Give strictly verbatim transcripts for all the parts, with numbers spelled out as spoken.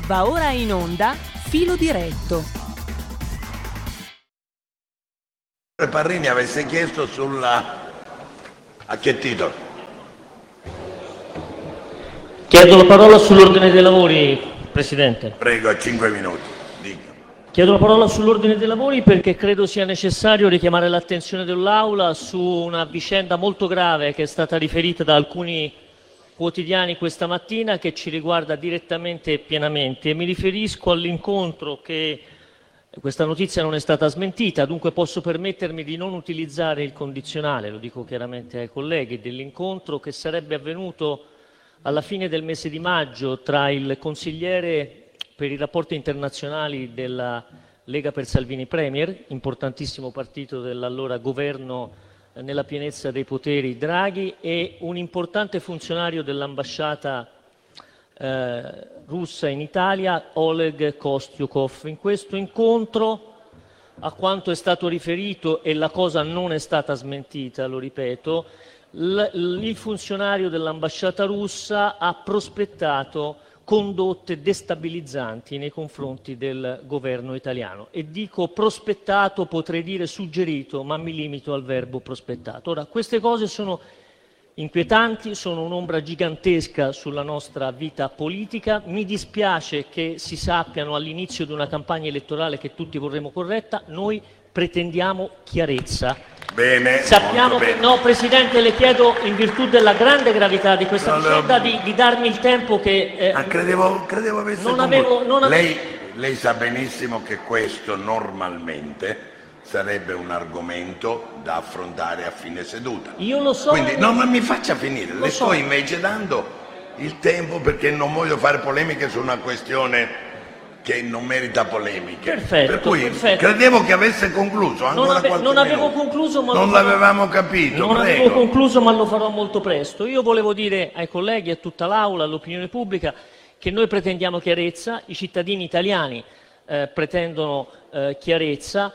Va ora in onda Filo Diretto. Parrini avesse chiesto sulla... a che titolo? Chiedo la parola sull'ordine dei lavori, Presidente. Prego, cinque minuti. Dica. Chiedo la parola sull'ordine dei lavori perché credo sia necessario richiamare l'attenzione dell'Aula su una vicenda molto grave che è stata riferita da alcuni quotidiani questa mattina, che ci riguarda direttamente e pienamente. Mi riferisco all'incontro che... Questa notizia non è stata smentita, dunque posso permettermi di non utilizzare il condizionale, lo dico chiaramente ai colleghi, dell'incontro che sarebbe avvenuto alla fine del mese di maggio tra il consigliere per i rapporti internazionali della Lega per Salvini Premier, importantissimo partito dell'allora governo nella pienezza dei poteri Draghi, e un importante funzionario dell'ambasciata Eh, russa in Italia, Oleg Kostyukov. In questo incontro, a quanto è stato riferito, e la cosa non è stata smentita, lo ripeto, l- il funzionario dell'ambasciata russa ha prospettato condotte destabilizzanti nei confronti del governo italiano. E dico prospettato, potrei dire suggerito, ma mi limito al verbo prospettato. Ora, queste cose sono inquietanti, sono un'ombra gigantesca sulla nostra vita politica. Mi dispiace che si sappiano all'inizio di una campagna elettorale che tutti vorremmo corretta. Noi pretendiamo chiarezza. Bene, Sappiamo che bene. no, Presidente, le chiedo in virtù della grande gravità di questa no, vicenda no. di, di darmi il tempo che eh, ah, credevo, credevo avesse non avevo, non ave... lei, lei sa benissimo che questo normalmente sarebbe un argomento da affrontare a fine seduta. Io lo so. Quindi, no, ma mi faccia finire. Le so. sto invece dando il tempo perché non voglio fare polemiche su una questione che non merita polemiche. Perfetto, per cui perfetto. credevo che avesse concluso. Non, ave- non avevo concluso, ma non l'avevamo capito. Non prego. avevo concluso, ma lo farò molto presto. Io volevo dire ai colleghi, a tutta l'Aula, all'opinione pubblica, che noi pretendiamo chiarezza, i cittadini italiani eh, pretendono eh, chiarezza.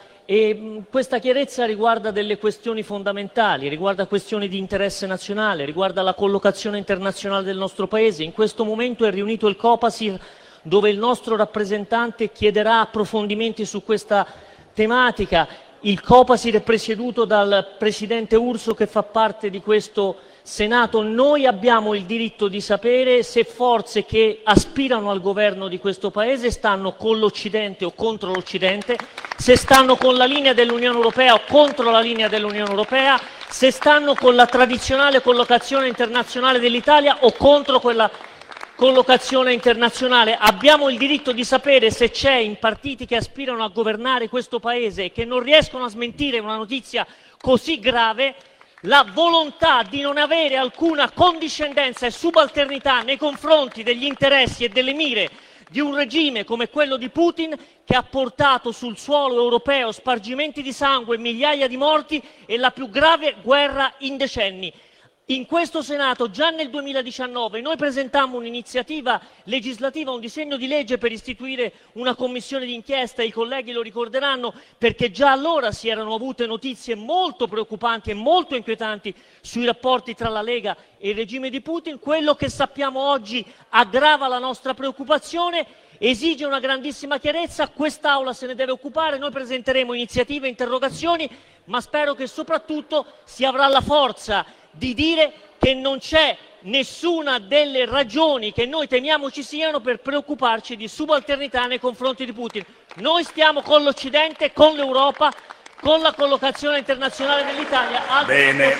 E questa chiarezza riguarda delle questioni fondamentali, riguarda questioni di interesse nazionale, riguarda la collocazione internazionale del nostro Paese. In questo momento è riunito il Copasir, dove il nostro rappresentante chiederà approfondimenti su questa tematica. Il Copasir è presieduto dal Presidente Urso, che fa parte di questo Senato. Noi abbiamo il diritto di sapere se forze che aspirano al governo di questo Paese stanno con l'Occidente o contro l'Occidente, se stanno con la linea dell'Unione Europea o contro la linea dell'Unione Europea, se stanno con la tradizionale collocazione internazionale dell'Italia o contro quella collocazione internazionale. Abbiamo il diritto di sapere se c'è in partiti che aspirano a governare questo Paese e che non riescono a smentire una notizia così grave la volontà di non avere alcuna condiscendenza e subalternità nei confronti degli interessi e delle mire di un regime come quello di Putin, che ha portato sul suolo europeo spargimenti di sangue, migliaia di morti e la più grave guerra in decenni. In questo Senato, già nel duemiladiciannove, noi presentammo un'iniziativa legislativa, un disegno di legge per istituire una commissione d'inchiesta, i colleghi lo ricorderanno, perché già allora si erano avute notizie molto preoccupanti e molto inquietanti sui rapporti tra la Lega e il regime di Putin. Quello che sappiamo oggi aggrava la nostra preoccupazione, esige una grandissima chiarezza, quest'Aula se ne deve occupare, noi presenteremo iniziative, interrogazioni, ma spero che soprattutto si avrà la forza di dire che non c'è nessuna delle ragioni che noi temiamo ci siano per preoccuparci di subalternità nei confronti di Putin. Noi stiamo con l'Occidente, con l'Europa, con la collocazione internazionale dell'Italia. Altro Bene,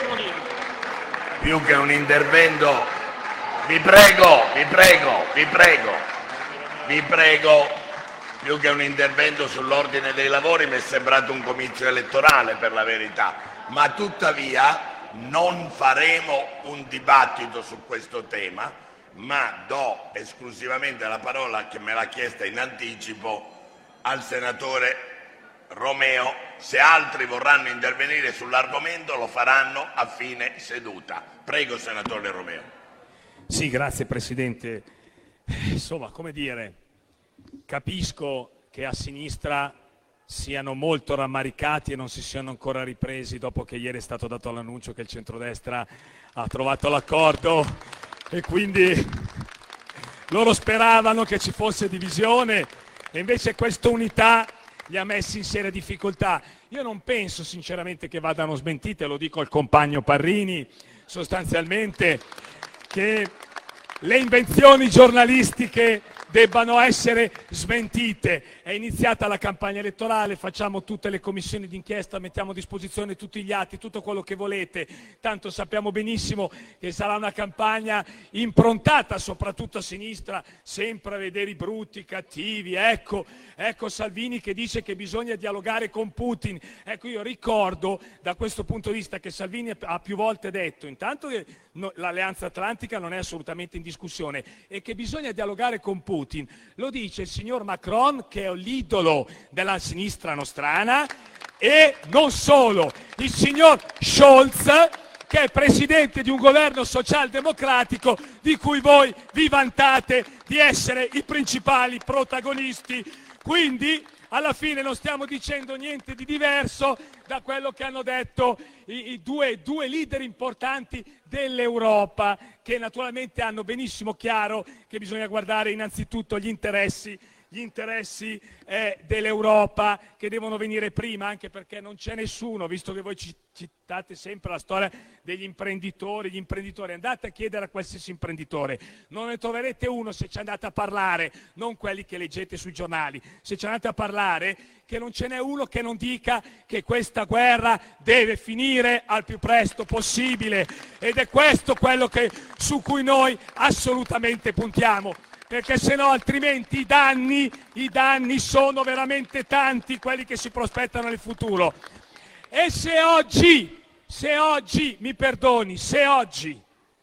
più che un intervento, vi prego, vi prego, vi prego, vi prego, più che un intervento sull'ordine dei lavori mi è sembrato un comizio elettorale, per la verità, ma tuttavia non faremo un dibattito su questo tema, ma do esclusivamente la parola, che me l'ha chiesta in anticipo, al senatore Romeo. Se altri vorranno intervenire sull'argomento lo faranno a fine seduta. Prego, senatore Romeo. Sì, grazie Presidente. Insomma, come dire, capisco che a sinistra siano molto rammaricati e non si siano ancora ripresi dopo che ieri è stato dato l'annuncio che il centrodestra ha trovato l'accordo, e quindi loro speravano che ci fosse divisione e invece questa unità li ha messi in seria difficoltà. Io non penso sinceramente che vadano smentite, lo dico al compagno Parrini, sostanzialmente che le invenzioni giornalistiche debbano essere smentite. È iniziata la campagna elettorale, facciamo tutte le commissioni d'inchiesta, mettiamo a disposizione tutti gli atti, tutto quello che volete, tanto sappiamo benissimo che sarà una campagna improntata soprattutto a sinistra, sempre a vedere i brutti, i cattivi. Ecco, ecco Salvini che dice che bisogna dialogare con Putin. Ecco, io ricordo da questo punto di vista che Salvini ha più volte detto intanto che no, l'Alleanza Atlantica non è assolutamente in discussione e che bisogna dialogare con Putin. Lo dice il signor Macron, che è l'idolo della sinistra nostrana, e non solo, il signor Scholz, che è presidente di un governo socialdemocratico di cui voi vi vantate di essere i principali protagonisti. Quindi alla fine non stiamo dicendo niente di diverso da quello che hanno detto i, i due, due leader importanti dell'Europa, che naturalmente hanno benissimo chiaro che bisogna guardare innanzitutto gli interessi gli interessi eh, dell'Europa, che devono venire prima, anche perché non c'è nessuno, visto che voi citate sempre la storia degli imprenditori, gli imprenditori, andate a chiedere a qualsiasi imprenditore, non ne troverete uno, se ci andate a parlare, non quelli che leggete sui giornali, se ci andate a parlare, che non ce n'è uno che non dica che questa guerra deve finire al più presto possibile, ed è questo quello che, su cui noi assolutamente puntiamo. Perché se no altrimenti i danni, i danni sono veramente tanti, quelli che si prospettano nel futuro. E se oggi, se oggi, mi perdoni, se oggi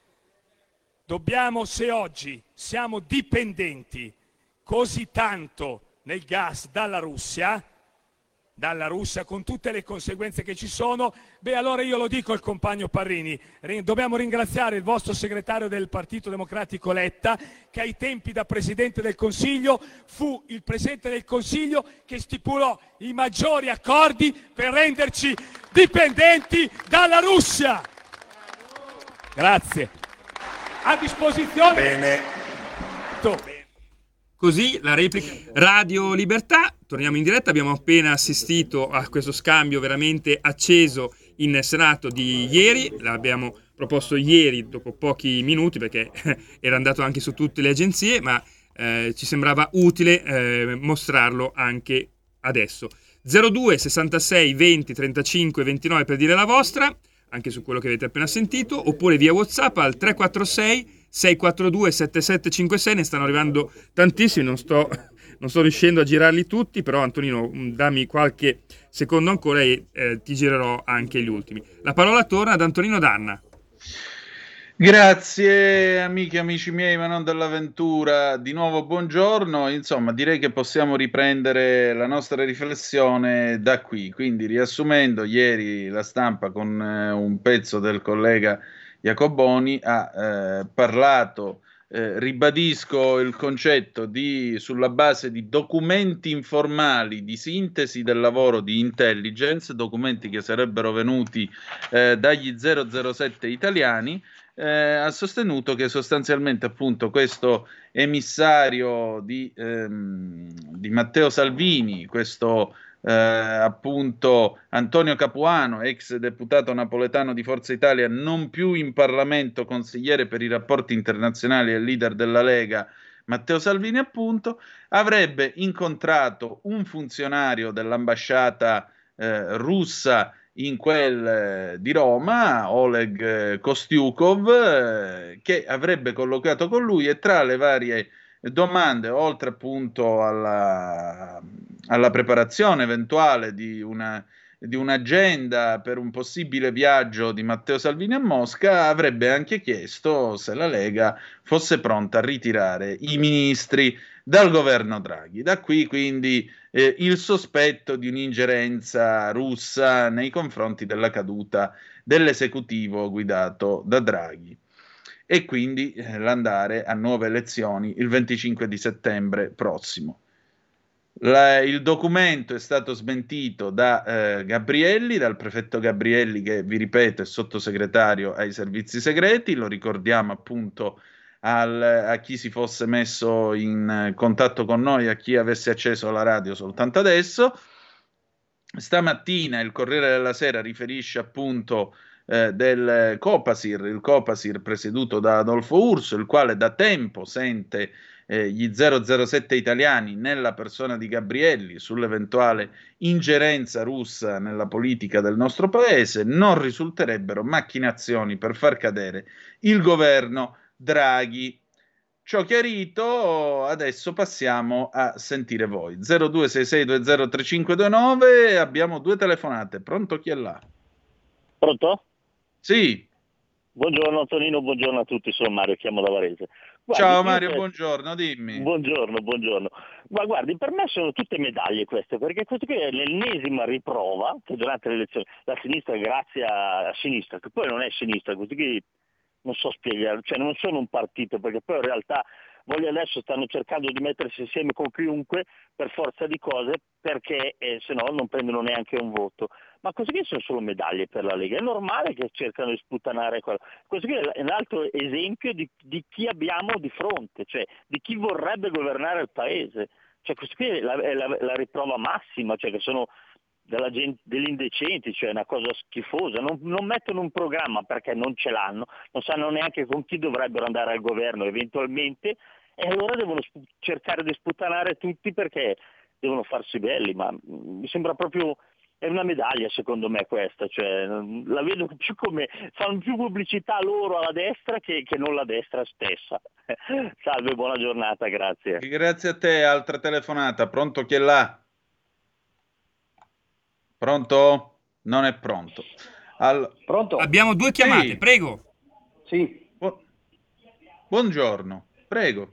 dobbiamo, se oggi siamo dipendenti così tanto nel gas dalla Russia, dalla Russia, con tutte le conseguenze che ci sono, beh allora io lo dico al compagno Parrini, dobbiamo ringraziare il vostro segretario del Partito Democratico Letta, che ai tempi da Presidente del Consiglio fu il Presidente del Consiglio che stipulò i maggiori accordi per renderci dipendenti dalla Russia. Grazie. A disposizione. Bene. Così la replica Radio Libertà. Torniamo in diretta, abbiamo appena assistito a questo scambio veramente acceso in Senato di ieri, l'abbiamo proposto ieri dopo pochi minuti perché era andato anche su tutte le agenzie, ma eh, ci sembrava utile eh, mostrarlo anche adesso. zero due sessantasei venti trentacinque ventinove per dire la vostra, anche su quello che avete appena sentito, oppure via WhatsApp al tre quattro sei sei quattro due sette sette cinque sei, ne stanno arrivando tantissimi, non sto, non sto riuscendo a girarli tutti, però Antonino dammi qualche secondo ancora e eh, ti girerò anche gli ultimi. La parola torna ad Antonino Danna. Grazie amiche e amici miei, ma non dell'avventura, di nuovo buongiorno. Insomma, direi che possiamo riprendere la nostra riflessione da qui. Quindi, riassumendo, ieri la Stampa con eh, un pezzo del collega Jacoboni ha eh, parlato, eh, ribadisco il concetto di, sulla base di documenti informali di sintesi del lavoro di intelligence, documenti che sarebbero venuti eh, dagli zero zero sette italiani, eh, ha sostenuto che sostanzialmente appunto questo emissario di, ehm, di Matteo Salvini, questo Eh, appunto Antonio Capuano, ex deputato napoletano di Forza Italia, non più in Parlamento, consigliere per i rapporti internazionali e leader della Lega, Matteo Salvini appunto, avrebbe incontrato un funzionario dell'ambasciata eh, russa in quel eh, di Roma, Oleg eh, Kostyukov, eh, che avrebbe colloquiato con lui e tra le varie domande, oltre appunto alla, alla preparazione eventuale di, una, di un'agenda per un possibile viaggio di Matteo Salvini a Mosca, avrebbe anche chiesto se la Lega fosse pronta a ritirare i ministri dal governo Draghi. Da qui quindi eh, il sospetto di un'ingerenza russa nei confronti della caduta dell'esecutivo guidato da Draghi. E quindi eh, l'andare a nuove elezioni il venticinque di settembre prossimo. La, il documento è stato smentito da eh, Gabrielli, dal prefetto Gabrielli, che vi ripeto è sottosegretario ai servizi segreti, lo ricordiamo appunto al, a chi si fosse messo in contatto con noi, a chi avesse acceso la radio soltanto adesso. Stamattina il Corriere della Sera riferisce appunto eh, del Copasir, il Copasir presieduto da Adolfo Urso, il quale da tempo sente eh, gli zero zero sette italiani nella persona di Gabrielli sull'eventuale ingerenza russa nella politica del nostro paese. Non risulterebbero macchinazioni per far cadere il governo Draghi. Ciò chiarito, adesso passiamo a sentire voi. zero due sei sei due zero tre cinque due nove, abbiamo due telefonate. Pronto, chi è là? Pronto? Sì. Buongiorno Antonino, buongiorno a tutti, sono Mario, chiamo da Varese. Guardi, ciao Mario, per... buongiorno, dimmi. Buongiorno, buongiorno. Ma guardi, per me sono tutte medaglie queste, perché questo qui è l'ennesima riprova che durante le elezioni la sinistra, grazie a, a sinistra, che poi non è sinistra, questo qui non so spiegare, cioè non sono un partito, perché poi in realtà voglio adesso stanno cercando di mettersi insieme con chiunque per forza di cose, perché eh, se no non prendono neanche un voto. Ma così che sono solo medaglie per la Lega, è normale che cercano di sputtanare quello. Questo qui è un altro esempio di, di chi abbiamo di fronte, cioè di chi vorrebbe governare il paese. Cioè questo qui è la, è la, la riprova massima, cioè che sono della gente, degli indecenti, cioè una cosa schifosa, non, non mettono un programma perché non ce l'hanno, non sanno neanche con chi dovrebbero andare al governo eventualmente, e allora devono sp- cercare di sputtanare tutti perché devono farsi belli, ma mh, mi sembra proprio, è una medaglia secondo me questa, cioè la vedo più come, fanno più pubblicità loro alla destra che, che non la destra stessa. Salve, buona giornata, grazie. Grazie a te, altra telefonata, pronto, chi è là? Pronto? Non è pronto. All... Pronto? Abbiamo due chiamate, sì. Prego. Sì. Bu- Buongiorno, prego.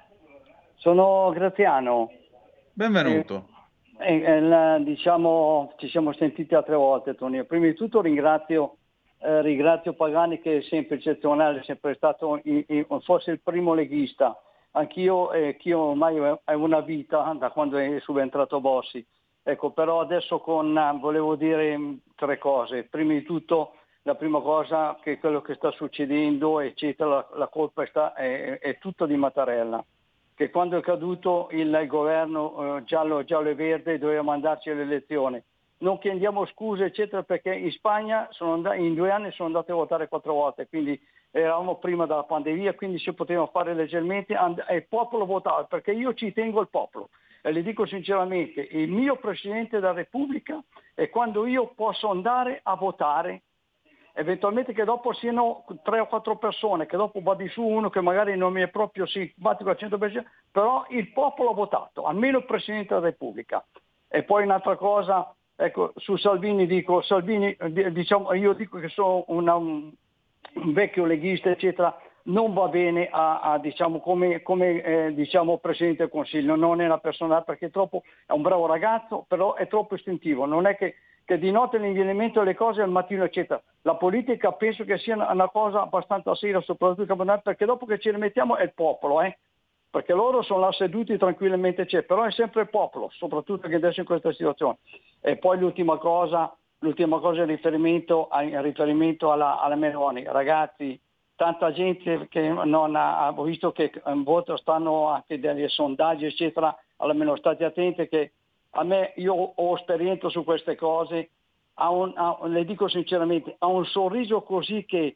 Sono Graziano. Benvenuto. Eh, eh, la, diciamo, ci siamo sentiti altre volte, Tonino. Prima di tutto ringrazio, eh, ringrazio Pagani, che è sempre eccezionale, è sempre stato in, in, forse il primo leghista. Anch'io, eh, che io ormai ho una vita da quando è subentrato Bossi. Ecco, però adesso con, volevo dire tre cose. Prima di tutto, la prima cosa, che quello che sta succedendo, eccetera, la, la colpa sta, è, è tutta di Mattarella, che quando è caduto il, il governo eh, giallo, giallo e verde doveva mandarci all'elezione. Non chiediamo scuse, eccetera, perché in Spagna sono andati, in due anni sono andati a votare quattro volte, quindi eravamo prima della pandemia, quindi si poteva fare leggermente, and- e il popolo votava, perché io ci tengo il popolo. E le dico sinceramente, il mio Presidente della Repubblica è quando io posso andare a votare, eventualmente che dopo siano tre o quattro persone, che dopo va di su uno che magari non mi è proprio simpatico al cento per cento, però il popolo ha votato, almeno il Presidente della Repubblica. E poi un'altra cosa, ecco, su Salvini dico, Salvini, diciamo, io dico che sono una, un, un vecchio leghista, eccetera, non va bene a, a diciamo come, come eh, diciamo Presidente del Consiglio, non è una persona, perché è troppo, è un bravo ragazzo, però è troppo istintivo, non è che, che di notte gli viene in mente le cose al mattino, eccetera. La politica penso che sia una, una cosa abbastanza seria, soprattutto perché dopo che ci rimettiamo è il popolo, eh? Perché loro sono là seduti tranquillamente, c'è, però è sempre il popolo, soprattutto che adesso in questa situazione. E poi l'ultima cosa, l'ultima cosa in riferimento, a, in riferimento alla, alla Meloni, ragazzi. Tanta gente che non ha, ha visto che in voto stanno anche degli sondaggi, eccetera, almeno state attenti che a me, io ho esperienza su queste cose, ha un, ha, le dico sinceramente, ha un sorriso così che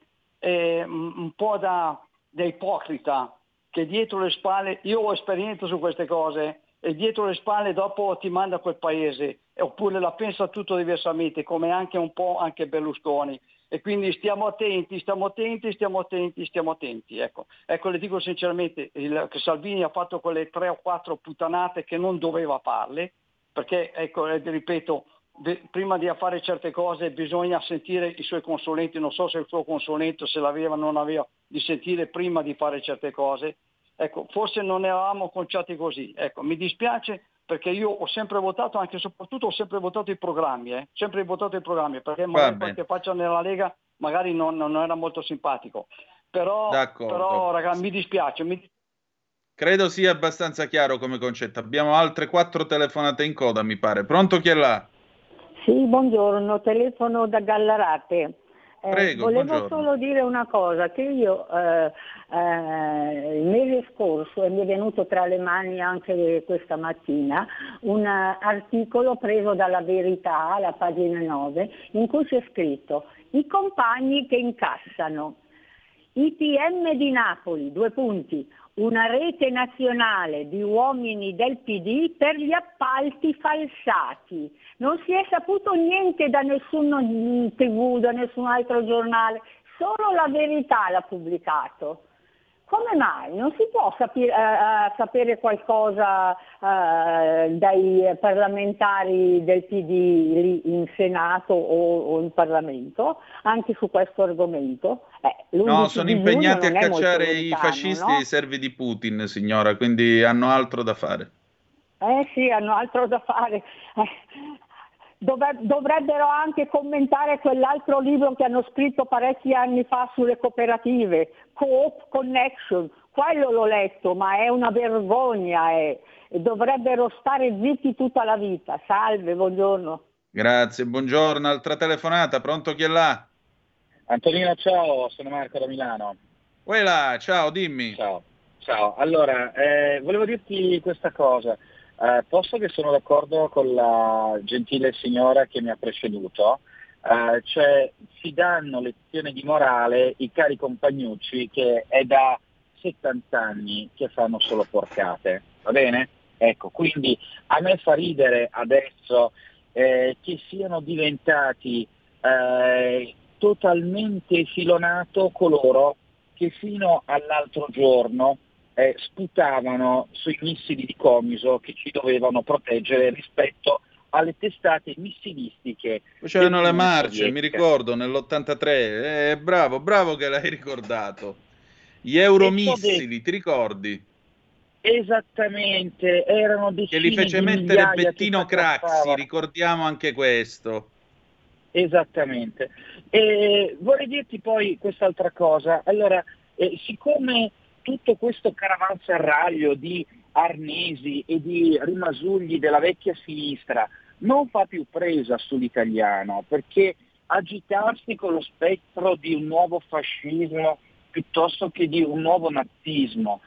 è un po' da, da ipocrita, che dietro le spalle, io ho esperienza su queste cose, e dietro le spalle dopo ti manda a quel paese, oppure la pensa tutto diversamente, come anche un po' anche Berlusconi. E quindi stiamo attenti, stiamo attenti, stiamo attenti, stiamo attenti. Ecco, ecco le dico sinceramente, il, che Salvini ha fatto quelle tre o quattro puttanate che non doveva farle, perché, ecco, ripeto, de, prima di fare certe cose bisogna sentire i suoi consulenti, non so se il suo consulente se l'aveva o non aveva, di sentire prima di fare certe cose. Ecco, forse non eravamo conciati così. Ecco, mi dispiace, perché io ho sempre votato, anche e soprattutto ho sempre votato i programmi, eh? sempre votato i programmi, perché magari qualche faccia nella Lega magari non, non era molto simpatico. Però, però ragazzi, mi dispiace. Mi... Credo sia abbastanza chiaro come concetto. Abbiamo altre quattro telefonate in coda, mi pare. Pronto, chi è là? Sì, buongiorno, telefono da Gallarate. Eh, Prego, volevo buongiorno. solo dire una cosa, che io eh, eh, il mese scorso, e mi è venuto tra le mani anche questa mattina, un uh, articolo preso dalla Verità, alla pagina nove, in cui c'è scritto: i compagni che incassano. I P M di Napoli, due punti, una rete nazionale di uomini del P D per gli appalti falsati. Non si è saputo niente da nessun tivù, da nessun altro giornale, solo la Verità l'ha pubblicato. Come mai? Non si può sapere, uh, sapere qualcosa uh, dai parlamentari del P D lì in Senato o, o in Parlamento, anche su questo argomento? Eh, No, sono impegnati a cacciare lontano, i fascisti no? e i servi di Putin, signora, quindi hanno altro da fare. Eh sì, hanno altro da fare. Eh, dovrebbero anche commentare quell'altro libro che hanno scritto parecchi anni fa sulle cooperative, Coop Connection. Quello l'ho letto, ma è una vergogna. Eh. E dovrebbero stare zitti tutta la vita. Salve, buongiorno. Grazie, buongiorno. Altra telefonata, pronto, chi è là? Antonino, ciao, sono Marco da Milano. Uè là, ciao, dimmi. Ciao, ciao. Allora, eh, volevo dirti questa cosa. Eh, posto che sono d'accordo con la gentile signora che mi ha preceduto, eh, cioè si danno lezioni di morale i cari compagnucci che è da settanta anni che fanno solo porcate, va bene? Ecco, quindi a me fa ridere adesso eh, che siano diventati eh, totalmente filonato coloro che fino all'altro giorno eh, sputavano sui missili di Comiso che ci dovevano proteggere rispetto alle testate missilistiche. C'erano le marce, mi ricordo, nell'ottantatré. Eh, bravo, bravo che l'hai ricordato. Gli euromissili, ti ricordi? Esattamente, erano decine che li fece di mettere Bettino che Craxi, ricordiamo anche questo. Esattamente. E vorrei dirti poi quest'altra cosa. Allora, eh, siccome tutto questo caravanserraglio di arnesi e di rimasugli della vecchia sinistra non fa più presa sull'italiano, perché agitarsi con lo spettro di un nuovo fascismo piuttosto che di un nuovo nazismo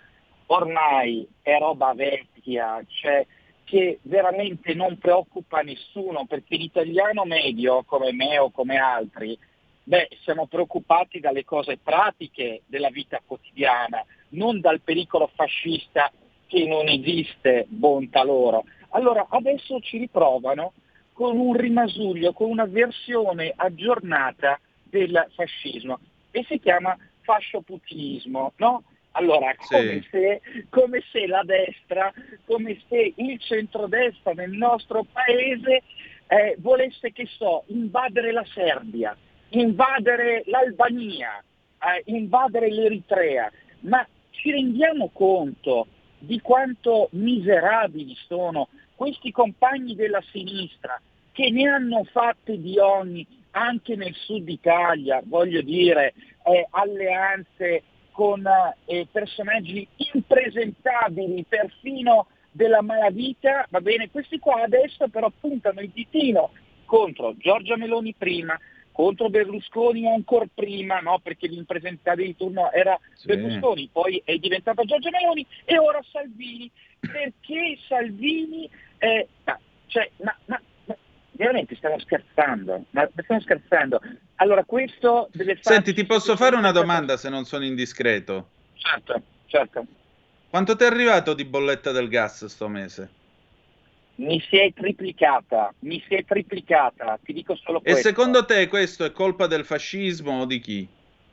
ormai è roba vecchia, cioè che veramente non preoccupa nessuno, perché l'italiano medio come me o come altri, beh, siamo preoccupati dalle cose pratiche della vita quotidiana, non dal pericolo fascista che non esiste, bontà loro. Allora adesso ci riprovano con un rimasuglio, con una versione aggiornata del fascismo e si chiama fascioputinismo, no? Allora, come, sì. se, come se la destra, come se il centrodestra nel nostro paese eh, volesse, che so, invadere la Serbia, invadere l'Albania, eh, invadere l'Eritrea, ma ci rendiamo conto di quanto miserabili sono questi compagni della sinistra che ne hanno fatte di ogni, anche nel sud Italia, voglio dire, eh, alleanze con eh, personaggi impresentabili, perfino della malavita, va bene, questi qua adesso però puntano il ditino contro Giorgia Meloni prima, contro Berlusconi ancora prima, no? Perché l'impresentabile di turno era sì. Berlusconi, poi è diventata Giorgia Meloni e ora Salvini, perché Salvini, eh, ma, cioè, ma, ma, ma veramente stiamo scherzando, ma stiamo scherzando. Allora questo deve fare... Senti, ti posso fare una domanda se non sono indiscreto? Certo, certo. Quanto ti è arrivato di bolletta del gas sto mese? Mi si è triplicata, mi si è triplicata, ti dico solo questo. E secondo te questo è colpa del fascismo o di chi?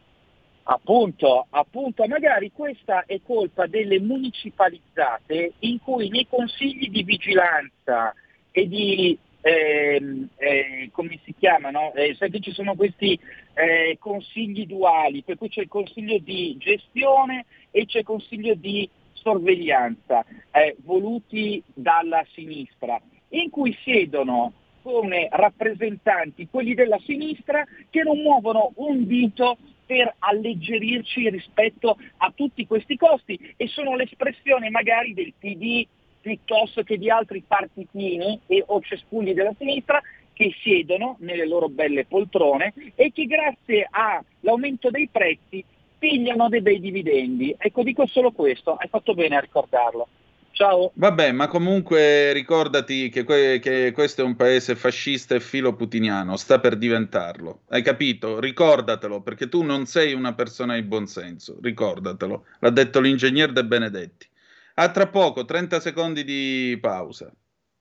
Appunto, appunto, magari questa è colpa delle municipalizzate in cui nei consigli di vigilanza e di... Eh, eh, come si chiamano? Eh, sai che ci sono questi eh, consigli duali, per cui c'è il consiglio di gestione e c'è il consiglio di sorveglianza, eh, voluti dalla sinistra, in cui siedono come rappresentanti quelli della sinistra che non muovono un dito per alleggerirci rispetto a tutti questi costi e sono l'espressione magari del P D piuttosto che di altri partitini e o cespugli della sinistra che siedono nelle loro belle poltrone e che grazie all'aumento dei prezzi pigliano dei bei dividendi. Ecco, dico solo questo, hai fatto bene a ricordarlo. Ciao. Vabbè, ma comunque ricordati che, que- che questo è un paese fascista e filoputiniano, sta per diventarlo. Hai capito? Ricordatelo, perché tu non sei una persona di buonsenso, ricordatelo. L'ha detto l'ingegner De Benedetti. A tra poco, trenta secondi di pausa.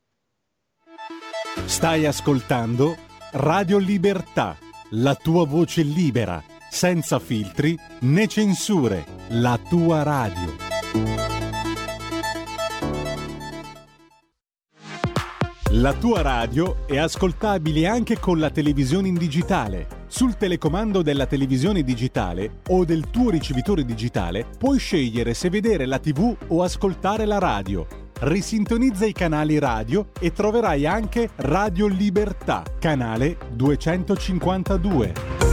Stai ascoltando Radio Libertà, la tua voce libera, senza filtri né censure, la tua radio. La tua radio è ascoltabile anche con la televisione in digitale. Sul telecomando della televisione digitale o del tuo ricevitore digitale puoi scegliere se vedere la tivù o ascoltare la radio. Risintonizza i canali radio e troverai anche Radio Libertà, canale duecentocinquantadue.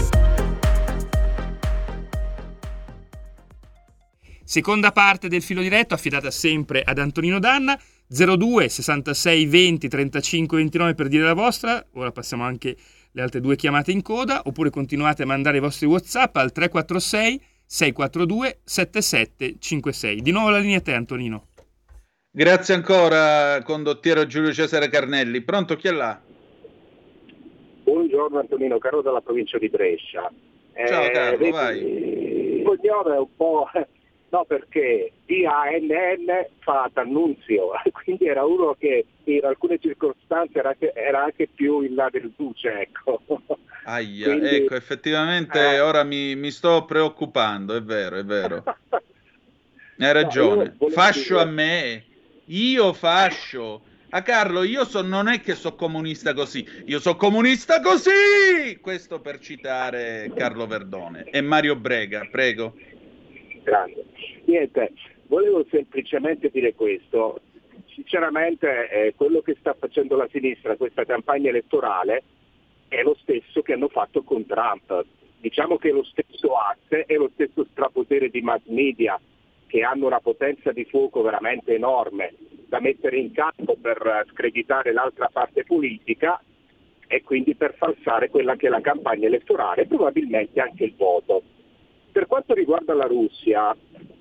Seconda parte del filo diretto affidata sempre ad Antonino Danna. zero due sessantasei venti trentacinque ventinove per dire la vostra. Ora passiamo anche le altre due chiamate in coda, oppure continuate a mandare i vostri WhatsApp al tre quattro sei sei quattro due sette sette cinque sei. Di nuovo la linea a te, Antonino. Grazie ancora, condottiero Giulio Cesare Carnelli. Pronto, chi è là? Buongiorno Antonino, Carlo dalla provincia di Brescia. Ciao Carlo, vedi, vai. Il cognome è un po'... No, perché D A N N fa D'Annunzio, quindi era uno che in alcune circostanze era anche, era anche più in là del duce, ecco. Aia, Quindi, ecco, effettivamente eh, ora mi, mi sto preoccupando, è vero, è vero. Hai ragione. No, Fascio dire... a me, io fascio. A Carlo, io so, non è che so comunista così, io so comunista così! Questo per citare Carlo Verdone. E Mario Brega, prego. Grande. Niente, volevo semplicemente dire questo. Sinceramente eh, quello che sta facendo la sinistra questa campagna elettorale è lo stesso che hanno fatto con Trump. Diciamo che è lo stesso asse, è lo stesso strapotere di mass media che hanno una potenza di fuoco veramente enorme da mettere in campo per screditare l'altra parte politica e quindi per falsare quella che è la campagna elettorale e probabilmente anche il voto. Per quanto riguarda la Russia,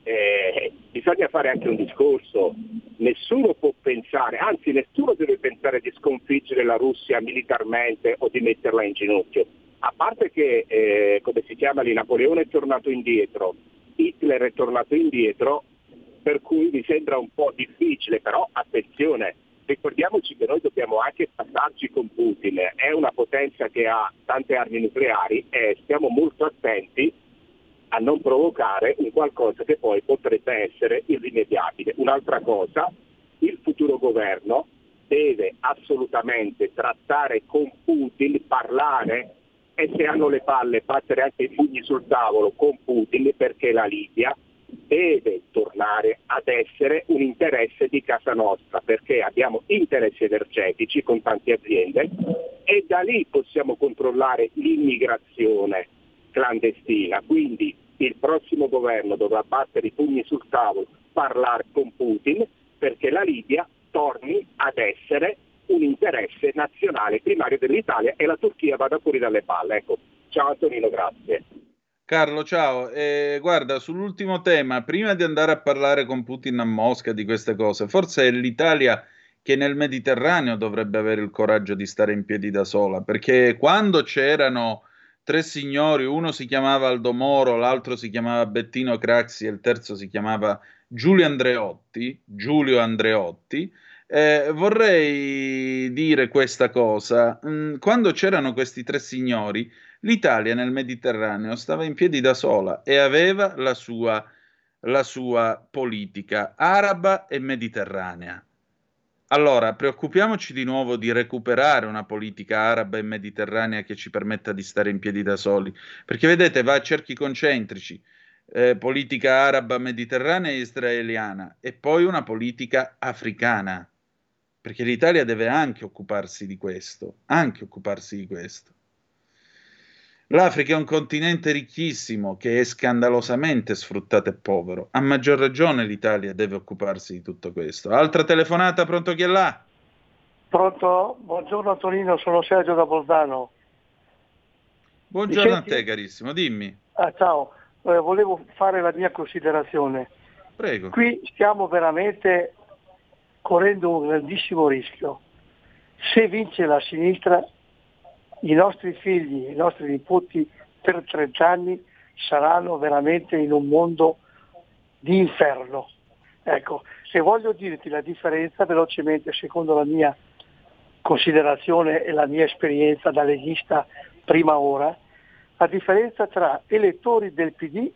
eh, bisogna fare anche un discorso. Nessuno può pensare, anzi nessuno deve pensare di sconfiggere la Russia militarmente o di metterla in ginocchio. A parte che, eh, come si chiama lì, Napoleone è tornato indietro, Hitler è tornato indietro, per cui mi sembra un po' difficile, però attenzione, ricordiamoci che noi dobbiamo anche passarci con Putin. È una potenza che ha tante armi nucleari e stiamo molto attenti a non provocare un qualcosa che poi potrebbe essere irrimediabile. Un'altra cosa, il futuro governo deve assolutamente trattare con Putin, parlare e se hanno le palle battere anche i pugni sul tavolo con Putin, perché la Libia deve tornare ad essere un interesse di casa nostra, perché abbiamo interessi energetici con tante aziende e da lì possiamo controllare l'immigrazione clandestina. Quindi il prossimo governo dovrà battere i pugni sul tavolo, parlare con Putin perché la Libia torni ad essere un interesse nazionale primario dell'Italia e la Turchia vada fuori dalle palle. Ecco. Ciao Antonino, grazie. Carlo, ciao. Eh, guarda, sull'ultimo tema, prima di andare a parlare con Putin a Mosca di queste cose, forse è l'Italia che nel Mediterraneo dovrebbe avere il coraggio di stare in piedi da sola, perché quando c'erano tre signori, uno si chiamava Aldo Moro, l'altro si chiamava Bettino Craxi e il terzo si chiamava Giulio Andreotti, Giulio Andreotti, eh, vorrei dire questa cosa. Mm, quando c'erano questi tre signori, l'Italia nel Mediterraneo stava in piedi da sola e aveva la sua, la sua politica araba e mediterranea. Allora, preoccupiamoci di nuovo di recuperare una politica araba e mediterranea che ci permetta di stare in piedi da soli, perché vedete, va a cerchi concentrici, eh, politica araba, mediterranea e israeliana, e poi una politica africana, perché l'Italia deve anche occuparsi di questo, anche occuparsi di questo. L'Africa è un continente ricchissimo che è scandalosamente sfruttato e povero. A maggior ragione l'Italia deve occuparsi di tutto questo. Altra telefonata, pronto chi è là? Pronto? Buongiorno Antonino, sono Sergio da Bolzano. Buongiorno a te carissimo, dimmi. Ah, ciao, eh, volevo fare la mia considerazione. Prego. Qui stiamo veramente correndo un grandissimo rischio. Se vince la sinistra, i nostri figli, i nostri nipoti per trenta anni saranno veramente in un mondo di inferno. Ecco, se voglio dirti la differenza velocemente, secondo la mia considerazione e la mia esperienza da leghista prima ora, la differenza tra elettori del P D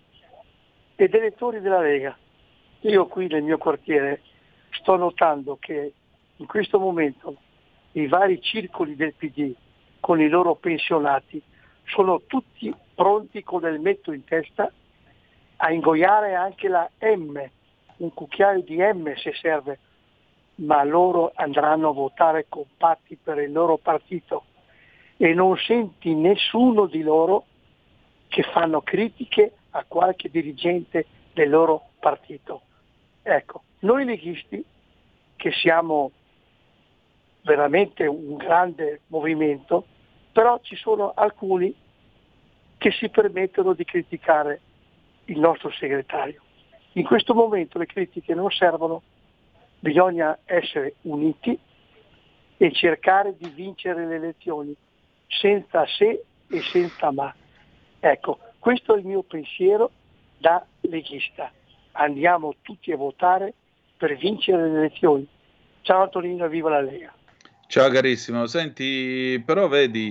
ed elettori della Lega. Io qui nel mio quartiere sto notando che in questo momento i vari circoli del P D con i loro pensionati sono tutti pronti con il elmetto in testa a ingoiare anche la M, un cucchiaio di M se serve, ma loro andranno a votare compatti per il loro partito e non senti nessuno di loro che fanno critiche a qualche dirigente del loro partito. Ecco, noi leghisti, che siamo veramente un grande movimento, però ci sono alcuni che si permettono di criticare il nostro segretario. In questo momento le critiche non servono, bisogna essere uniti e cercare di vincere le elezioni senza se e senza ma. Ecco, questo è il mio pensiero da leghista. Andiamo tutti a votare per vincere le elezioni. Ciao Antonino e viva la Lega. Ciao carissimo, senti, però vedi,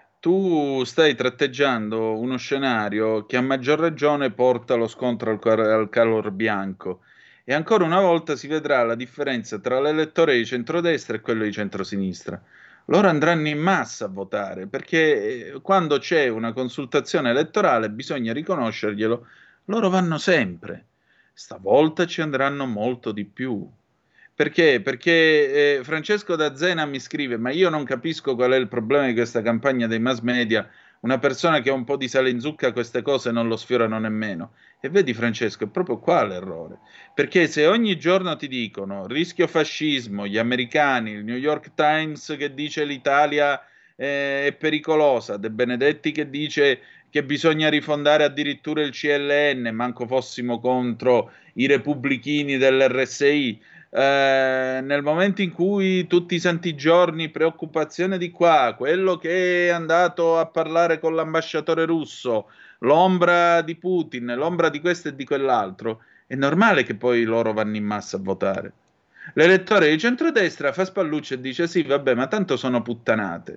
tu stai tratteggiando uno scenario che a maggior ragione porta lo scontro al, car- al calor bianco e ancora una volta si vedrà la differenza tra l'elettore di centrodestra e quello di centrosinistra. Loro andranno in massa a votare perché quando c'è una consultazione elettorale bisogna riconoscerglielo, loro vanno sempre. Stavolta ci andranno molto di più. Perché? Perché eh, Francesco da Zena mi scrive: ma io non capisco qual è il problema di questa campagna dei mass media. Una persona che ha un po' di sale in zucca queste cose non lo sfiorano nemmeno. E vedi Francesco, è proprio qua l'errore. Perché se ogni giorno ti dicono rischio fascismo, gli americani, il New York Times che dice l'Italia eh, è pericolosa, De Benedetti che dice che bisogna rifondare addirittura il C L N, manco fossimo contro i repubblichini dell'R S I, eh, nel momento in cui tutti i santi giorni preoccupazione di qua, quello che è andato a parlare con l'ambasciatore russo, l'ombra di Putin, l'ombra di questo e di quell'altro, è normale che poi loro vanno in massa a votare. L'elettore di centrodestra fa spallucce e dice sì, vabbè, ma tanto sono puttanate.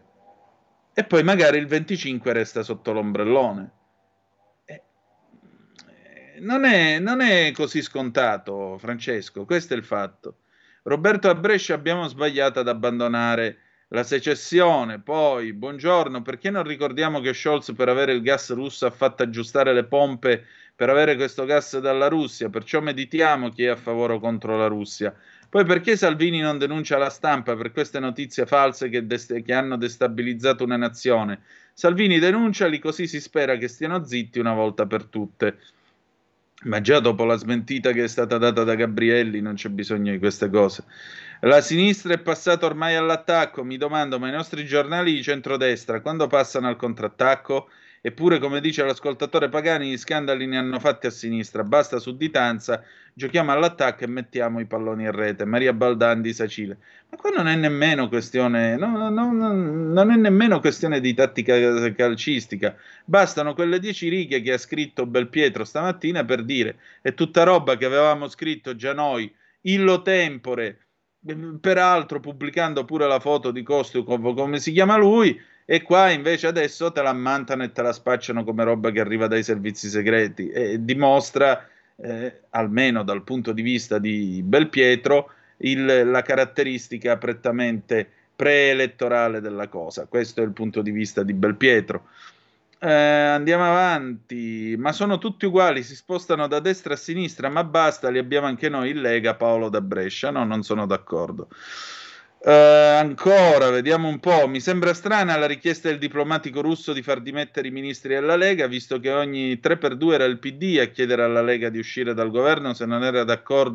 E poi magari il venticinque resta sotto l'ombrellone. Eh, non è, non è così scontato, Francesco, questo è il fatto. Roberto a Brescia abbiamo sbagliato ad abbandonare la secessione. Poi, buongiorno, perché non ricordiamo che Scholz per avere il gas russo ha fatto aggiustare le pompe per avere questo gas dalla Russia, perciò meditiamo chi è a favore o contro la Russia. Poi perché Salvini non denuncia la stampa per queste notizie false che, dest- che hanno destabilizzato una nazione? Salvini denunciali, così si spera che stiano zitti una volta per tutte. Ma già dopo la smentita che è stata data da Gabrielli non c'è bisogno di queste cose. La sinistra è passata ormai all'attacco, mi domando, ma i nostri giornali di centrodestra quando passano al contrattacco? Eppure, come dice l'ascoltatore Pagani, gli scandali ne hanno fatti a sinistra, basta sudditanza, giochiamo all'attacco e mettiamo i palloni in rete. Maria Baldan di Sacile. Ma qua non è nemmeno questione, no, no, no, non è nemmeno questione di tattica calcistica, bastano quelle dieci righe che ha scritto Belpietro stamattina per dire, è tutta roba che avevamo scritto già noi, illo tempore, peraltro pubblicando pure la foto di Kostiukov, come si chiama lui, e qua invece adesso te la ammantano e te la spacciano come roba che arriva dai servizi segreti e dimostra, eh, almeno dal punto di vista di Belpietro, il, la caratteristica prettamente preelettorale della cosa. Questo è il punto di vista di Belpietro. Eh, andiamo avanti, ma sono tutti uguali, si spostano da destra a sinistra, ma basta, li abbiamo anche noi in Lega. Paolo da Brescia. No, non sono d'accordo. Uh, ancora, vediamo un po'. Mi sembra strana la richiesta del diplomatico russo di far dimettere i ministri della Lega, visto che ogni tre per due era il P D a chiedere alla Lega di uscire dal governo se non era d'accordo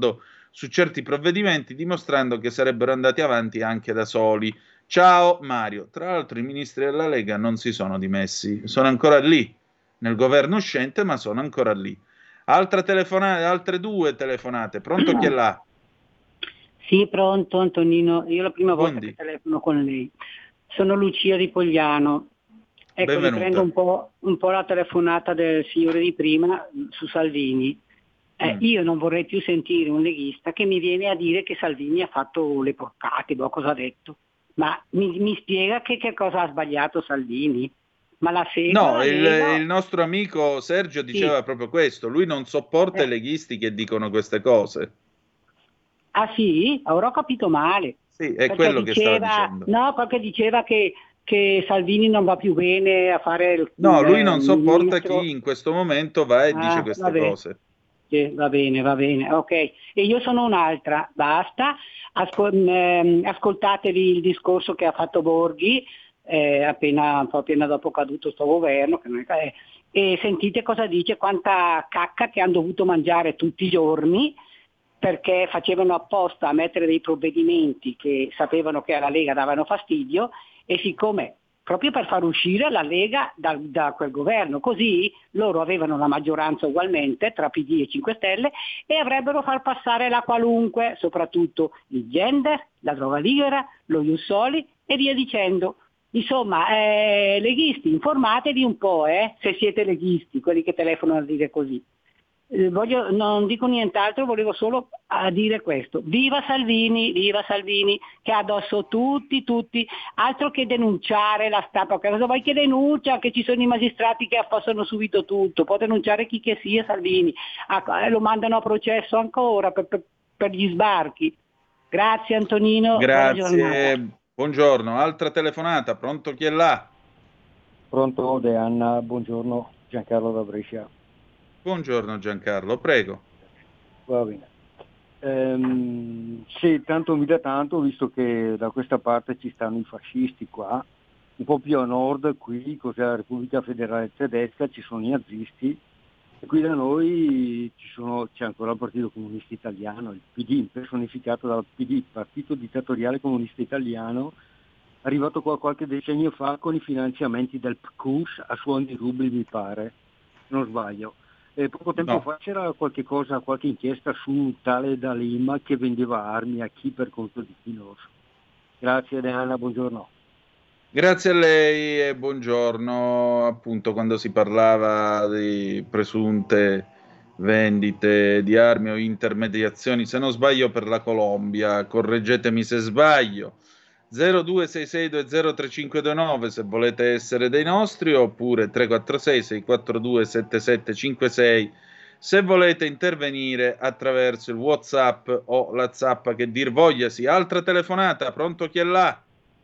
su certi provvedimenti, dimostrando che sarebbero andati avanti anche da soli. Ciao Mario. Tra l'altro i ministri della Lega non si sono dimessi, sono ancora lì, nel governo uscente, ma sono ancora lì. Altra telefonata, altre due telefonate. Pronto, chi è là? Sì, pronto Antonino, io la prima volta Buondì. che telefono con lei. Sono Lucia di Pogliano. Ecco, Benvenuta. riprendo un po', un po' la telefonata del signore di prima su Salvini. Eh, Mm. Io non vorrei più sentire un leghista che mi viene a dire che Salvini ha fatto le porcate, boh, cosa ha detto. Ma mi, mi spiega che, che cosa ha sbagliato Salvini? Ma la segue No, la il, Lega? il nostro amico Sergio diceva Sì. proprio questo. Lui non sopporta Eh. i leghisti che dicono queste cose. Ah sì? Avrò capito male. Sì, è Perché quello che stava diceva, dicendo. no, perché diceva che, che Salvini non va più bene a fare il, No, lui il non sopporta ministro. chi in questo momento va e dice Ah, queste vabbè. cose. Sì, va bene, va bene, ok. E io sono un'altra, basta. Ascol- ehm, ascoltatevi il discorso che ha fatto Borghi, eh, appena, un po' appena dopo caduto sto governo, che non è, e sentite cosa dice, quanta cacca che hanno dovuto mangiare tutti i giorni, perché facevano apposta a mettere dei provvedimenti che sapevano che alla Lega davano fastidio, e siccome proprio per far uscire la Lega da, da quel governo, così loro avevano la maggioranza ugualmente tra P D e cinque Stelle e avrebbero far passare la qualunque, soprattutto il gender, la droga libera, lo Ius Soli e via dicendo. Insomma, eh, leghisti, informatevi un po', eh, se siete leghisti, quelli che telefonano a dire così. Eh, voglio, non dico nient'altro, volevo solo a dire questo. Viva Salvini, viva Salvini, che ha addosso tutti, tutti, altro che denunciare la stampa, cosa vuoi che denuncia? Che ci sono i magistrati che affossano subito tutto, può denunciare chi che sia Salvini, ah, eh, lo mandano a processo ancora per, per, per gli sbarchi. Grazie Antonino, buona giornata. Grazie, buongiorno. Altra telefonata, pronto, chi è là? Pronto, De Anna, buongiorno, Giancarlo da Brescia. Buongiorno Giancarlo, prego. Va bene. Ehm, sì, tanto mi dà tanto, visto che da questa parte ci stanno i fascisti qua, un po' più a nord, qui, cos'è la Repubblica Federale Tedesca, ci sono i nazisti, e qui da noi ci sono, c'è ancora il Partito Comunista Italiano, il P D, impersonificato dal P D, Partito Dittatoriale Comunista Italiano, arrivato qua qualche decennio fa con i finanziamenti del P C U S a suon di rubli, mi pare, se non sbaglio. E poco tempo No. fa c'era qualche cosa, qualche inchiesta su tale D'Alema che vendeva armi a chi per conto di chi, non lo so. Grazie Deanna, buongiorno. Grazie a lei e buongiorno. Appunto, quando si parlava di presunte vendite di armi o intermediazioni, se non sbaglio per la Colombia, correggetemi se sbaglio, zero due sei sei due zero tre cinque due nove se volete essere dei nostri, oppure tre quattro sei sei quattro due sette sette cinque sei se volete intervenire attraverso il WhatsApp o la Zappa che dir vogliasi. Altra telefonata, pronto, chi è là?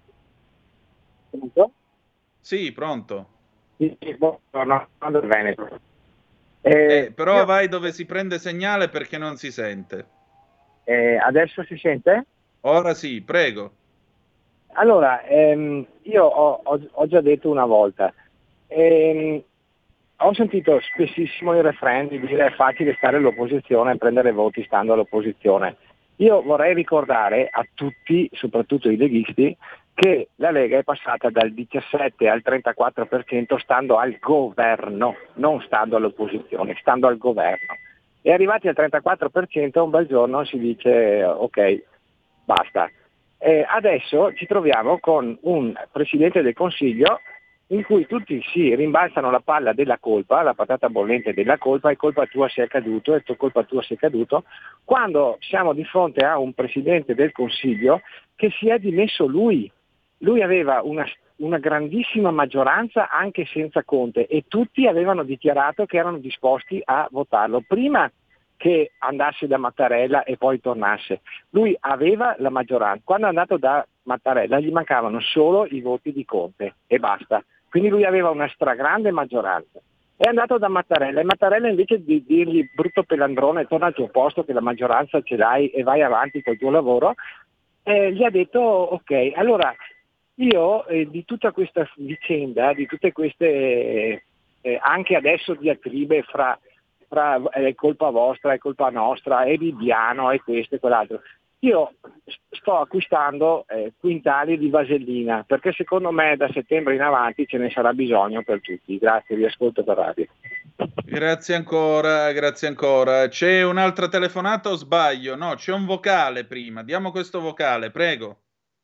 Pronto? Sì, pronto. Sì, sì, buongiorno, sono del Veneto. Eh, Eh, però io- vai dove si prende segnale perché non si sente. eh, adesso si sente? Ora sì, prego. Allora, ehm, io ho, ho- ho già detto una volta, ehm, ho sentito spessissimo i referendum dire è facile stare all'opposizione e prendere voti stando all'opposizione. Io vorrei ricordare a tutti, soprattutto ai leghisti, che la Lega è passata dal diciassette al trentaquattro per cento stando al governo, non stando all'opposizione, stando al governo. E arrivati al trentaquattro per cento un bel giorno si dice ok, basta. Eh, adesso ci troviamo con un Presidente del Consiglio in cui tutti si rimbalzano la palla della colpa, la patata bollente della colpa, è colpa tua se è caduto, è colpa tua se è caduto, quando siamo di fronte a un Presidente del Consiglio che si è dimesso lui. Lui aveva una, una grandissima maggioranza anche senza Conte e tutti avevano dichiarato che erano disposti a votarlo prima che andasse da Mattarella e poi tornasse. Lui aveva la maggioranza. Quando è andato da Mattarella gli mancavano solo i voti di Conte e basta. Quindi lui aveva una stragrande maggioranza. È andato da Mattarella e Mattarella, invece di dirgli brutto pelandrone, torna al tuo posto che la maggioranza ce l'hai e vai avanti col tuo lavoro, eh, gli ha detto ok. Allora io eh, di tutta questa vicenda, di tutte queste eh, eh, anche adesso diatribe fra nostra, è colpa vostra, è colpa nostra, è Bibbiano, è questo e quell'altro. Io sto acquistando eh, quintali di vasellina perché secondo me da settembre in avanti ce ne sarà bisogno per tutti. Grazie, vi ascolto per radio. Grazie ancora, grazie ancora. C'è un'altra telefonata o sbaglio? No, c'è un vocale prima. Diamo questo vocale, prego.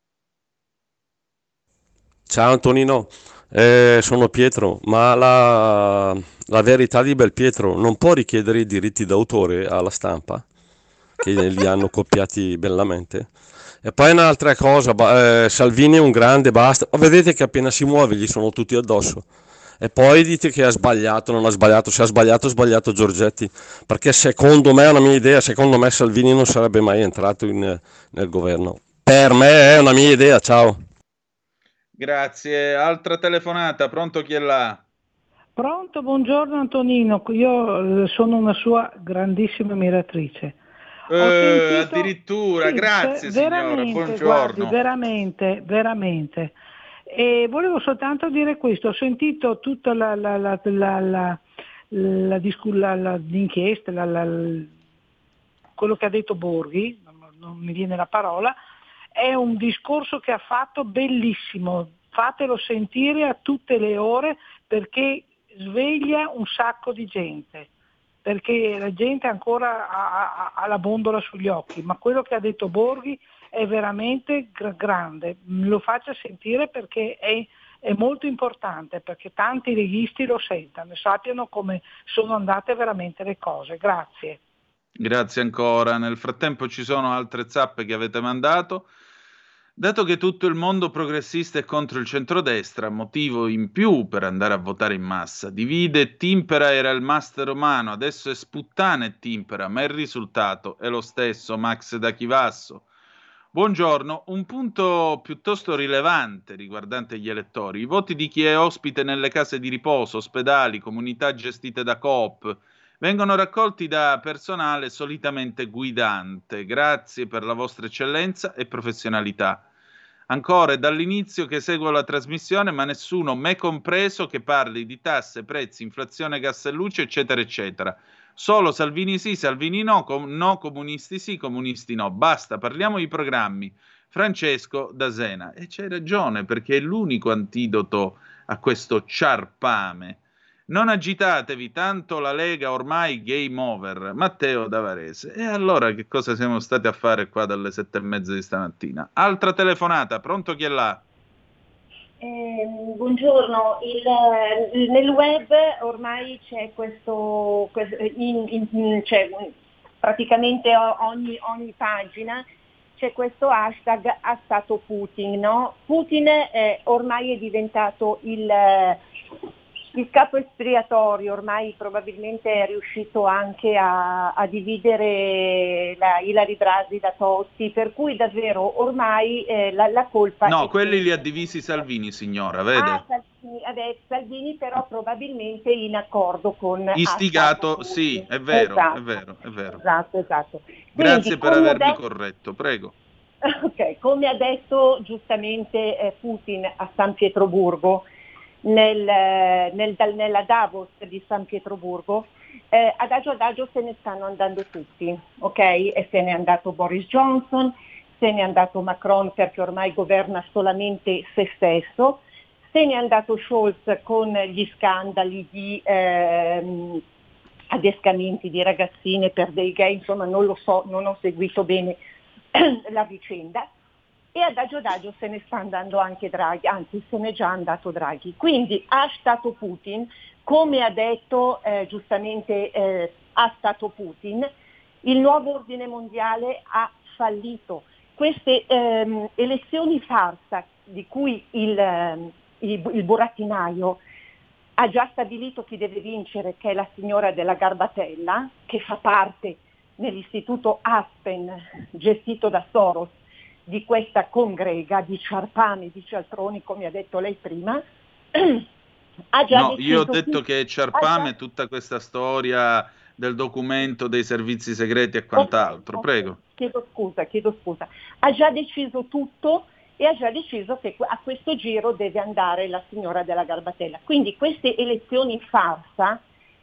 Ciao Antonino, eh, sono Pietro, ma la, la verità di Belpietro non può richiedere i diritti d'autore alla stampa, che li hanno copiati bellamente. E poi un'altra cosa, eh, Salvini è un grande, basta, ma vedete che appena si muove gli sono tutti addosso. E poi dite che ha sbagliato, non ha sbagliato, se ha sbagliato ha sbagliato Giorgetti, perché secondo me, è una mia idea, secondo me Salvini non sarebbe mai entrato in, nel governo. Per me è una mia idea, ciao. Grazie. Altra telefonata, pronto, chi è là? Pronto, buongiorno Antonino, io sono una sua grandissima ammiratrice. Eh, sentito... addirittura, sì, grazie signora, buongiorno. Guardi, veramente, veramente. E volevo soltanto dire questo, ho sentito tutta la, la, la, la, la, la, discu- la, la l'inchiesta, la, la, quello che ha detto Borghi, non, non mi viene la parola, è un discorso che ha fatto bellissimo, fatelo sentire a tutte le ore perché sveglia un sacco di gente, perché la gente ancora ha, ha, ha la bondola sugli occhi, ma quello che ha detto Borghi è veramente gr- grande, lo faccia sentire perché è, è molto importante, perché tanti leghisti lo sentano e sappiano come sono andate veramente le cose. Grazie. Grazie ancora. Nel frattempo ci sono altre zappe che avete mandato. Dato che tutto il mondo progressista è contro il centrodestra, motivo in più per andare a votare in massa. Divide e timpera era il master romano, adesso è sputtana e timpera, ma il risultato è lo stesso. Max da Chivasso. Buongiorno, un punto piuttosto rilevante riguardante gli elettori. I voti di chi è ospite nelle case di riposo, ospedali, comunità gestite da coop, vengono raccolti da personale solitamente guidante. Grazie per la vostra eccellenza e professionalità. Ancora, è dall'inizio che seguo la trasmissione, ma nessuno, me compreso, che parli di tasse, prezzi, inflazione, gas e luce, eccetera, eccetera. Solo Salvini sì, Salvini no, com- no, comunisti sì, comunisti no. Basta, parliamo di programmi. Francesco da Sena. E c'hai ragione, perché è l'unico antidoto a questo ciarpame. Non agitatevi, tanto la Lega ormai game over. Matteo da Varese. E allora che cosa siamo stati a fare qua dalle sette e mezza di stamattina? Altra telefonata, pronto, chi è là? Eh, buongiorno, il, nel web ormai c'è questo, questo in, in, c'è praticamente ogni, ogni pagina c'è questo hashtag ha stato Putin, no? Putin è, ormai è diventato il, il capo espiatorio, ormai probabilmente è riuscito anche a, a dividere la Ilary Brasi da Totti, per cui davvero ormai eh, la, la colpa no, è quelli che... li ha divisi Salvini, signora, vede? Ah, Salvini, adesso, Salvini però probabilmente in accordo con... Istigato, sì, è vero, esatto. è vero, è vero. Esatto, esatto. Grazie Quindi, per avermi detto... corretto, prego. Ok, come ha detto giustamente eh, Putin a San Pietroburgo, nel, nel, nella Davos di San Pietroburgo, eh, adagio adagio se ne stanno andando tutti, ok? E se n'è andato Boris Johnson, se n'è andato Macron perché ormai governa solamente se stesso, se n'è andato Scholz con gli scandali di ehm, adescamenti di ragazzine per dei gay, insomma non lo so, non ho seguito bene la vicenda. E adagio adagio se ne sta andando anche Draghi, anzi se n'è già andato Draghi. Quindi ha stato Putin, come ha detto eh, giustamente eh, ha stato Putin, il nuovo ordine mondiale ha fallito. Queste ehm, elezioni farsa di cui il, ehm, il, il burattinaio ha già stabilito chi deve vincere, che è la signora della Garbatella, che fa parte nell'istituto Aspen gestito da Soros, di questa congrega di ciarpami, di cialtroni, come ha detto lei prima, ha già no, io ho detto chi... che è ciarpame già... tutta questa storia del documento dei servizi segreti e quant'altro. Okay, prego. Okay. Chiedo scusa, chiedo scusa. Ha già deciso tutto e ha già deciso che a questo giro deve andare la signora della Garbatella. Quindi queste elezioni farsa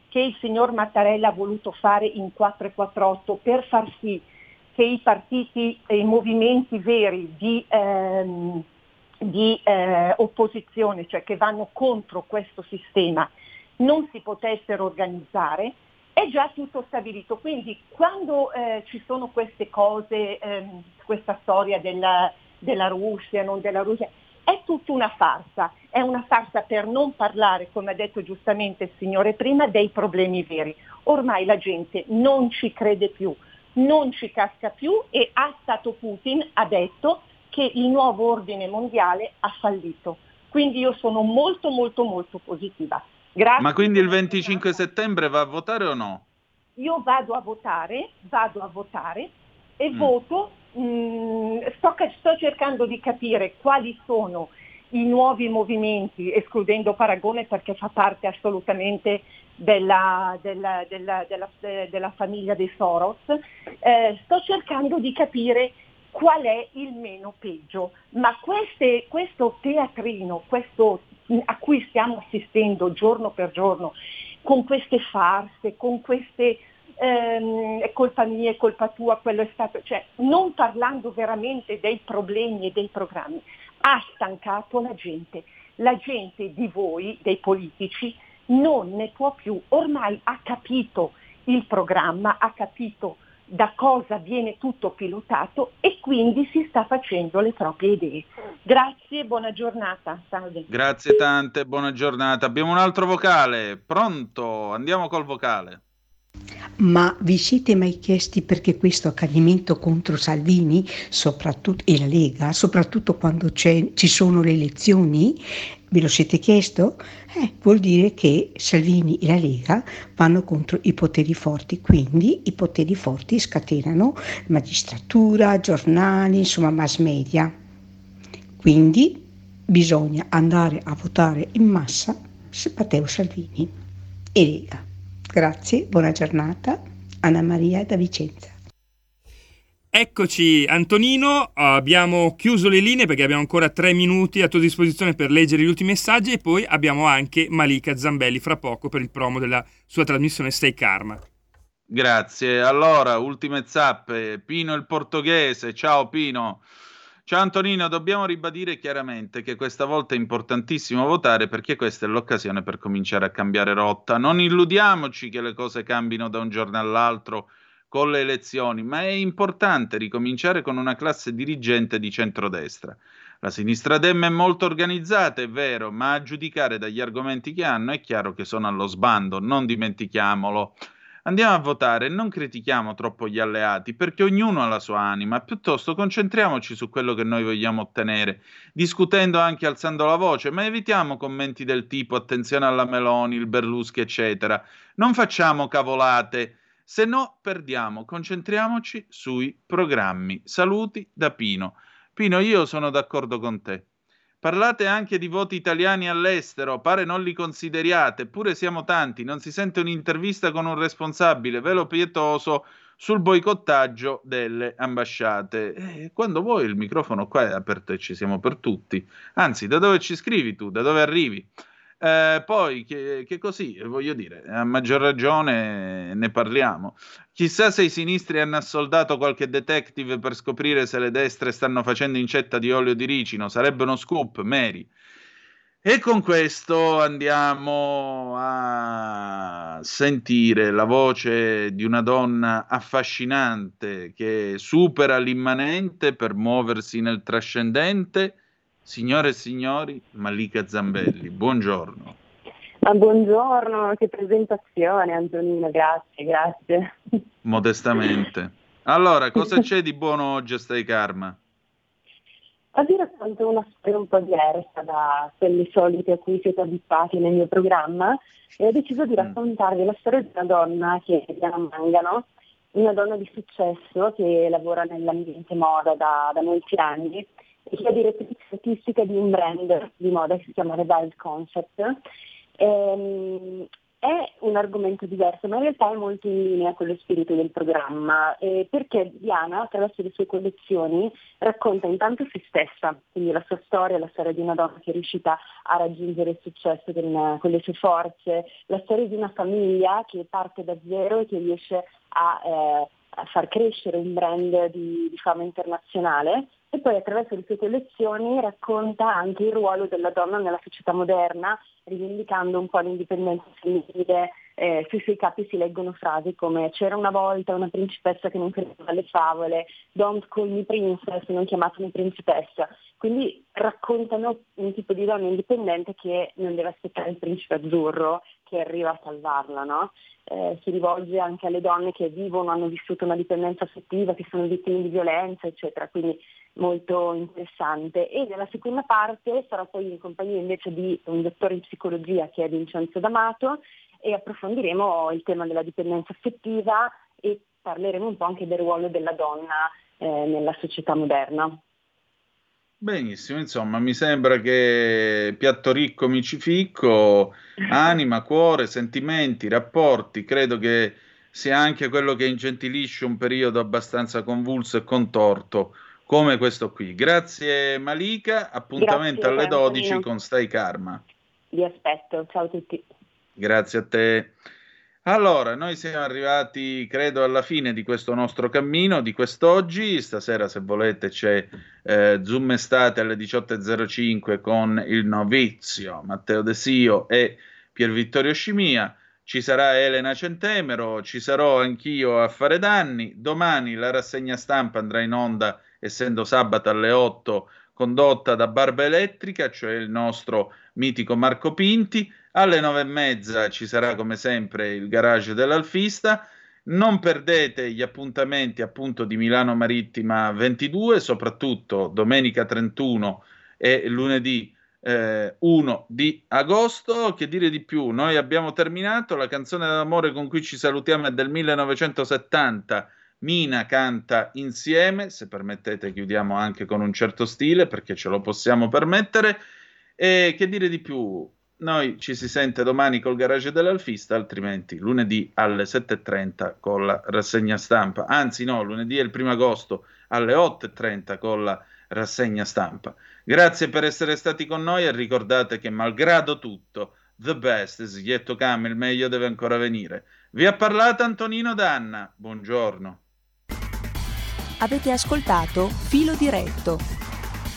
che il signor Mattarella ha voluto fare in quattrocentoquarantotto per far sì che i partiti e i movimenti veri di, ehm, di eh, opposizione, cioè che vanno contro questo sistema, non si potessero organizzare, è già tutto stabilito. Quindi quando eh, ci sono queste cose, ehm, questa storia della, della Russia, non della Russia, è tutta una farsa, è una farsa per non parlare, come ha detto giustamente il signore prima, dei problemi veri. Ormai la gente non ci crede più, non ci casca più e a stato Putin ha detto che il nuovo ordine mondiale ha fallito. Quindi io sono molto molto molto positiva. Grazie. Ma quindi il venticinque settembre va a votare o no? Io vado a votare, vado a votare e Mm. voto. mh, sto, ca- sto cercando di capire quali sono i nuovi movimenti, escludendo Paragone perché fa parte assolutamente della, della, della, della, della famiglia dei Soros. Eh, sto cercando di capire qual è il meno peggio, ma queste, questo teatrino, questo a cui stiamo assistendo giorno per giorno, con queste farse, con queste ehm, è colpa mia, è colpa tua, quello è stato, cioè non parlando veramente dei problemi e dei programmi, ha stancato la gente. La gente di voi, dei politici, non ne può più, ormai ha capito il programma, ha capito da cosa viene tutto pilotato e quindi si sta facendo le proprie idee. Grazie, buona giornata. Salve. Grazie tante, buona giornata. Abbiamo un altro vocale. Pronto? Andiamo col vocale. Ma vi siete mai chiesti perché questo accanimento contro Salvini soprattutto, e la Lega, soprattutto quando c'è, ci sono le elezioni? Ve lo siete chiesto? Eh, vuol dire che Salvini e la Lega vanno contro i poteri forti, quindi i poteri forti scatenano magistratura, giornali, insomma mass media. Quindi bisogna andare a votare in massa su Matteo Salvini e Lega. Grazie, buona giornata. Anna Maria da Vicenza. Eccoci Antonino, abbiamo chiuso le linee perché abbiamo ancora tre minuti a tua disposizione per leggere gli ultimi messaggi e poi abbiamo anche Malika Zambelli fra poco per il promo della sua trasmissione Stay Karma. Grazie. Allora, ultime zappe. Pino il portoghese. Ciao Pino. Ciao Antonino, dobbiamo ribadire chiaramente che questa volta è importantissimo votare perché questa è l'occasione per cominciare a cambiare rotta. Non illudiamoci che le cose cambino da un giorno all'altro con le elezioni, ma è importante ricominciare con una classe dirigente di centrodestra. La sinistra Dem è molto organizzata, è vero, ma a giudicare dagli argomenti che hanno è chiaro che sono allo sbando, non dimentichiamolo. Andiamo a votare e non critichiamo troppo gli alleati, perché ognuno ha la sua anima, piuttosto concentriamoci su quello che noi vogliamo ottenere, discutendo anche alzando la voce, ma evitiamo commenti del tipo attenzione alla Meloni, il Berluschi, eccetera. Non facciamo cavolate, se no perdiamo, concentriamoci sui programmi. Saluti da Pino. Pino, io sono d'accordo con te. Parlate anche di voti italiani all'estero, pare non li consideriate, eppure siamo tanti, non si sente un'intervista con un responsabile velo pietoso sul boicottaggio delle ambasciate. E quando vuoi il microfono qua è aperto e ci siamo per tutti. Anzi, da dove ci scrivi tu? Da dove arrivi? Eh, poi, che, che così, voglio dire, a maggior ragione ne parliamo. Chissà se i sinistri hanno assoldato qualche detective per scoprire se le destre stanno facendo incetta di olio di ricino. Sarebbe uno scoop, Mary. E con questo andiamo a sentire la voce di una donna affascinante che supera l'immanente per muoversi nel trascendente. Signore e signori, Malika Zambelli, buongiorno. Ah, buongiorno, che presentazione Antonino, grazie, grazie. Modestamente. Allora, cosa c'è di buono oggi a Stay Karma? Oggi racconto una storia un po' diversa da quelle solite a cui siete abituati nel mio programma e ho deciso di raccontarvi la storia di una donna che è Diana Mangano, una donna di successo che lavora nell'ambiente moda da, da molti anni e che è direttrice artistica di un brand di moda che si chiama Revive Concept. Ehm, è un argomento diverso, ma in realtà è molto in linea con lo spirito del programma, eh, perché Diana, attraverso le sue collezioni, racconta intanto se stessa, quindi la sua storia, la storia di una donna che è riuscita a raggiungere il successo con, con le sue forze, la storia di una famiglia che parte da zero e che riesce a, eh, a far crescere un brand di, di fama internazionale. E poi attraverso le sue collezioni racconta anche il ruolo della donna nella società moderna, rivendicando un po' l'indipendenza femminile. Eh, sui suoi capi si leggono frasi come "c'era una volta una principessa che non credeva alle favole", "don't call me princess", "non chiamatemi principessa". Quindi raccontano un tipo di donna indipendente che non deve aspettare il principe azzurro che arriva a salvarla, no? Eh, si rivolge anche alle donne che vivono, hanno vissuto una dipendenza affettiva, che sono vittime di violenza, eccetera. Quindi molto interessante. E nella seconda parte sarà poi in compagnia invece di un dottore in psicologia che è Vincenzo D'Amato, e approfondiremo il tema della dipendenza affettiva e parleremo un po' anche del ruolo della donna eh, nella società moderna. Benissimo, insomma, mi sembra che piatto ricco, micificco, anima, cuore, sentimenti, rapporti, credo che sia anche quello che ingentilisce un periodo abbastanza convulso e contorto come questo qui. Grazie Malika, appuntamento Grazie, alle dodici Antonino. con Stai Karma. Vi aspetto, ciao a tutti. Grazie a te. Allora, noi siamo arrivati, credo, alla fine di questo nostro cammino di quest'oggi. Stasera, se volete, c'è eh, Zoom Estate alle diciotto e zero cinque con il novizio Matteo De Sio e Pier Vittorio Scimia. Ci sarà Elena Centemero, ci sarò anch'io a fare danni. Domani la rassegna stampa andrà in onda, essendo sabato alle otto, condotta da Barba Elettrica, cioè il nostro mitico Marco Pinti. Alle nove e mezza ci sarà come sempre il garage dell'Alfista. Non perdete gli appuntamenti appunto di Milano Marittima ventidue, soprattutto domenica trentuno e lunedì eh, primo di agosto. Che dire di più? Noi abbiamo terminato. La canzone d'amore con cui ci salutiamo è del millenovecentosettanta. Mina canta Insieme. Se permettete chiudiamo anche con un certo stile, perché ce lo possiamo permettere. E che dire di più? Noi ci si sente domani col garage dell'Alfista, altrimenti lunedì alle sette e trenta con la rassegna stampa. Anzi no, lunedì è il primo agosto alle otto e trenta con la rassegna stampa. Grazie per essere stati con noi e ricordate che malgrado tutto, the best is yet to come, il meglio deve ancora venire. Vi ha parlato Antonino Danna, buongiorno. Avete ascoltato Filo Diretto,